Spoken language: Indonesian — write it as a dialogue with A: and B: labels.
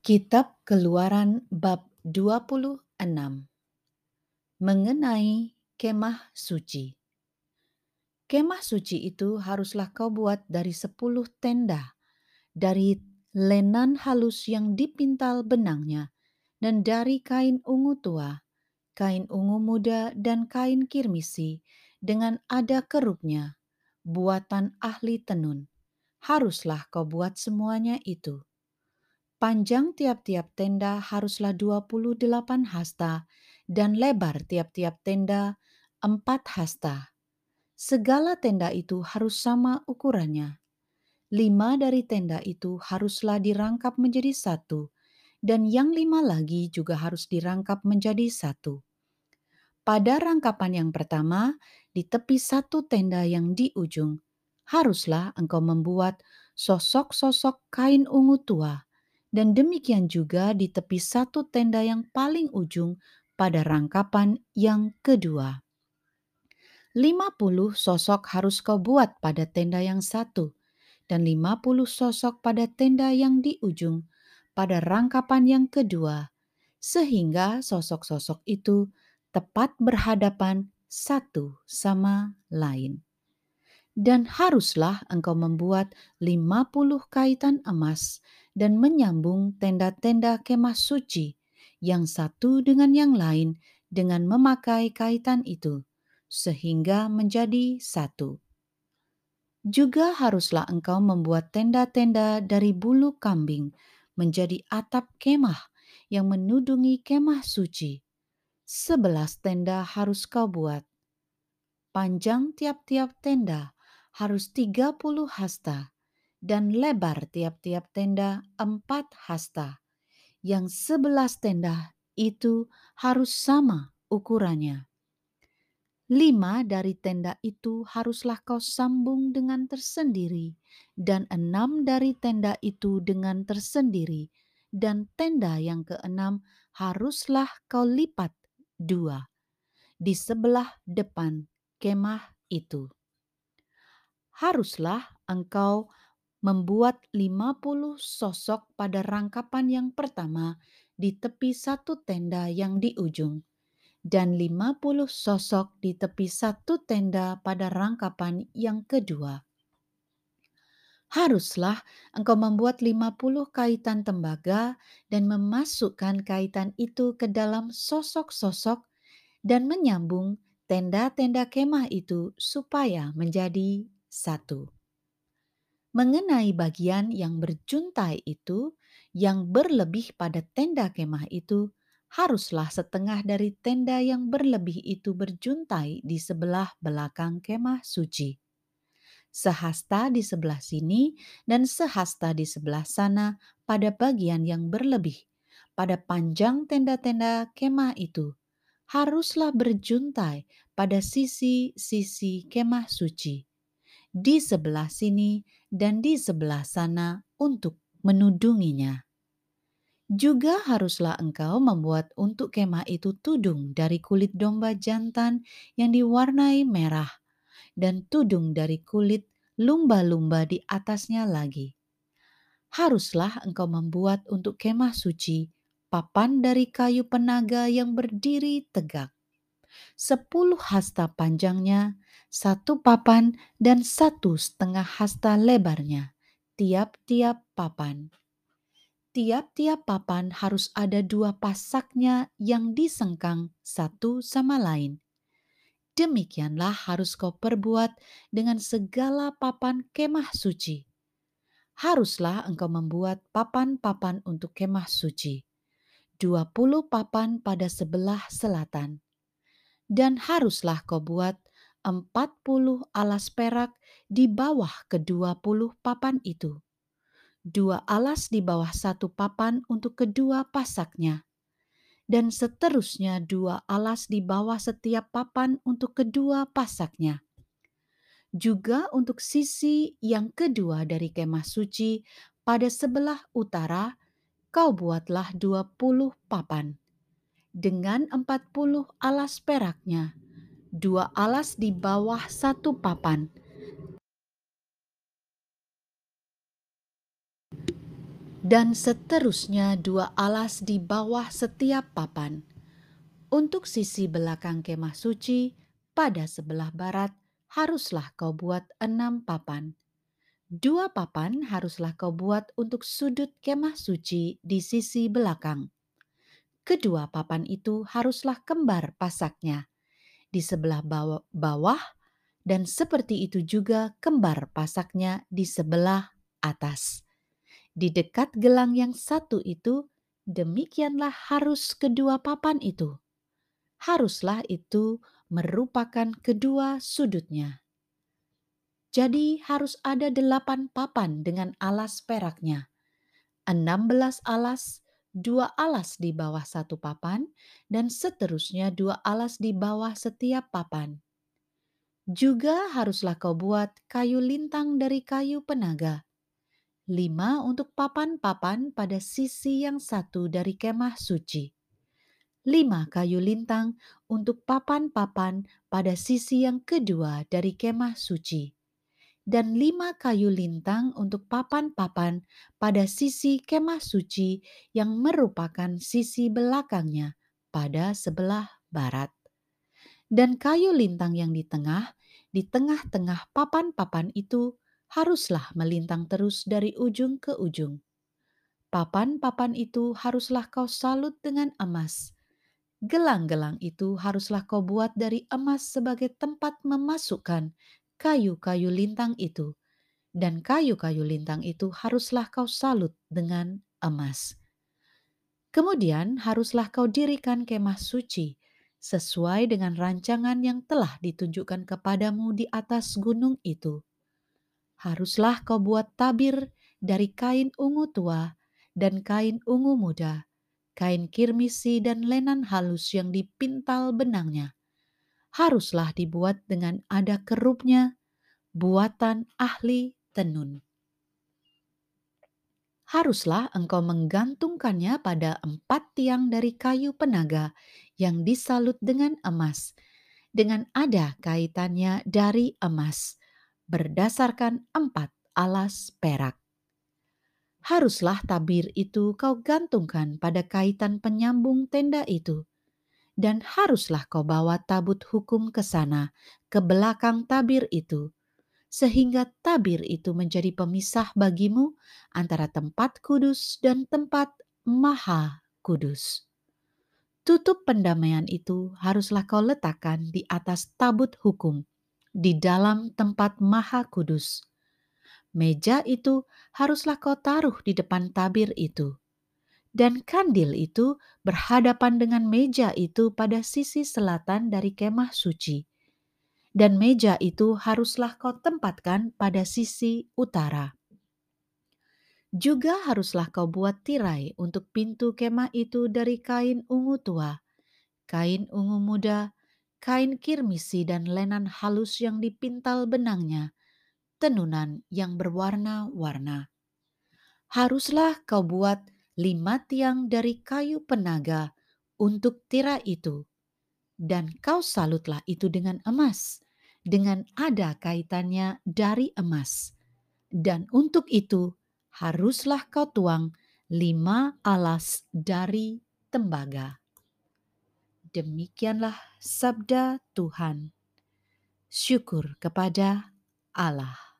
A: Kitab Keluaran bab 26 mengenai kemah suci. Kemah suci itu haruslah kau buat dari 10 tenda, dari lenan halus yang dipintal benangnya, dan dari kain ungu tua, kain ungu muda, dan kain kirmisi, dengan ada kerupnya, buatan ahli tenun. Haruslah kau buat semuanya itu. Panjang tiap-tiap tenda haruslah 28 hasta dan lebar tiap-tiap tenda 4 hasta. Segala tenda itu harus sama ukurannya. 5 dari tenda itu haruslah dirangkap menjadi satu, dan yang 5 lagi juga harus dirangkap menjadi satu. Pada rangkapan yang pertama, di tepi satu tenda yang di ujung, haruslah engkau membuat sosok-sosok kain ungu tua, dan demikian juga di tepi satu tenda yang paling ujung pada rangkapan yang kedua. 50 sosok harus kau buat pada tenda yang satu, dan 50 sosok pada tenda yang di ujung pada rangkapan yang kedua, sehingga sosok-sosok itu tepat berhadapan satu sama lain. Dan haruslah engkau membuat 50 kaitan emas dan menyambung tenda-tenda kemah suci yang satu dengan yang lain dengan memakai kaitan itu, sehingga menjadi satu. Juga haruslah engkau membuat tenda-tenda dari bulu kambing menjadi atap kemah yang menudungi kemah suci. 11 tenda harus kau buat. Panjang tiap-tiap tenda harus 30 hasta dan lebar tiap-tiap tenda 4 hasta. Yang 11 tenda itu harus sama ukurannya. 5 dari tenda itu haruslah kau sambung dengan tersendiri, dan 6 dari tenda itu dengan tersendiri, dan tenda yang keenam haruslah kau lipat 2 di sebelah depan kemah itu. Haruslah engkau membuat 50 sosok pada rangkapan yang pertama di tepi satu tenda yang di ujung, dan 50 sosok di tepi satu tenda pada rangkapan yang kedua. Haruslah engkau membuat 50 kaitan tembaga dan memasukkan kaitan itu ke dalam sosok-sosok dan menyambung tenda-tenda kemah itu supaya menjadi satu. Mengenai bagian yang berjuntai itu, yang berlebih pada tenda kemah itu, haruslah setengah dari tenda yang berlebih itu berjuntai di sebelah belakang kemah suci. Sehasta di sebelah sini dan sehasta di sebelah sana pada bagian yang berlebih, pada panjang tenda-tenda kemah itu, haruslah berjuntai pada sisi-sisi kemah suci, di sebelah sini dan di sebelah sana untuk menudunginya. Juga haruslah engkau membuat untuk kemah itu tudung dari kulit domba jantan yang diwarnai merah, dan tudung dari kulit lumba-lumba di atasnya lagi. Haruslah engkau membuat untuk kemah suci papan dari kayu penaga yang berdiri tegak. 10 hasta panjangnya, 1 papan, dan 1,5 hasta lebarnya, tiap-tiap papan. Tiap-tiap papan harus ada 2 pasaknya yang disengkang satu sama lain. Demikianlah harus kau perbuat dengan segala papan kemah suci. Haruslah engkau membuat papan-papan untuk kemah suci, 20 papan pada sebelah selatan. Dan haruslah kau buat 40 alas perak di bawah ke-20 papan itu. 2 alas di bawah satu papan untuk kedua pasaknya. Dan seterusnya 2 alas di bawah setiap papan untuk kedua pasaknya. Juga untuk sisi yang kedua dari kemah suci pada sebelah utara, kau buatlah 20 papan. Dengan 40 alas peraknya, 2 alas di bawah satu papan, Dan seterusnya 2 alas di bawah setiap papan. Untuk sisi belakang kemah suci, pada sebelah barat, haruslah kau buat 6 papan. 2 papan haruslah kau buat untuk sudut kemah suci di sisi belakang. Kedua papan itu haruslah kembar pasaknya di sebelah bawah, dan seperti itu juga kembar pasaknya di sebelah atas. Di dekat gelang yang satu itu, demikianlah harus kedua papan itu. Haruslah itu merupakan kedua sudutnya. Jadi harus ada 8 papan dengan alas peraknya. 16 alas, 2 alas di bawah satu papan, dan seterusnya 2 alas di bawah setiap papan. Juga haruslah kau buat kayu lintang dari kayu penaga, 5 untuk papan-papan pada sisi yang satu dari kemah suci. 5 kayu lintang untuk papan-papan pada sisi yang kedua dari kemah suci. Dan 5 kayu lintang untuk papan-papan pada sisi kemah suci yang merupakan sisi belakangnya pada sebelah barat. Dan kayu lintang yang di tengah-tengah papan-papan itu haruslah melintang terus dari ujung ke ujung. Papan-papan itu haruslah kau salut dengan emas. Gelang-gelang itu haruslah kau buat dari emas sebagai tempat memasukkan kayu-kayu lintang itu. Dan kayu-kayu lintang itu haruslah kau salut dengan emas. Kemudian haruslah kau dirikan kemah suci sesuai dengan rancangan yang telah ditunjukkan kepadamu di atas gunung itu. Haruslah kau buat tabir dari kain ungu tua dan kain ungu muda, kain kirmisi dan lenan halus yang dipintal benangnya. Haruslah dibuat dengan ada kerupnya, buatan ahli tenun. Haruslah engkau menggantungkannya pada 4 tiang dari kayu penaga yang disalut dengan emas, dengan ada kaitannya dari emas, berdasarkan 4 alas perak. Haruslah tabir itu kau gantungkan pada kaitan penyambung tenda itu, dan haruslah kau bawa tabut hukum ke sana, ke belakang tabir itu, sehingga tabir itu menjadi pemisah bagimu antara tempat kudus dan tempat maha kudus. Tutup pendamaian itu haruslah kau letakkan di atas tabut hukum, di dalam tempat maha kudus. Meja itu haruslah kau taruh di depan tabir itu. Dan kandil itu berhadapan dengan meja itu pada sisi selatan dari kemah suci. Dan meja itu haruslah kau tempatkan pada sisi utara. Juga haruslah kau buat tirai untuk pintu kemah itu dari kain ungu tua, kain ungu muda, kain kirmisi dan lenan halus yang dipintal benangnya, tenunan yang berwarna-warna. Haruslah kau buat 5 tiang dari kayu penaga untuk tirai itu, dan kau salutlah itu dengan emas, dengan ada kaitannya dari emas. Dan untuk itu haruslah kau tuang 5 alas dari tembaga. Demikianlah sabda Tuhan. Syukur kepada Allah.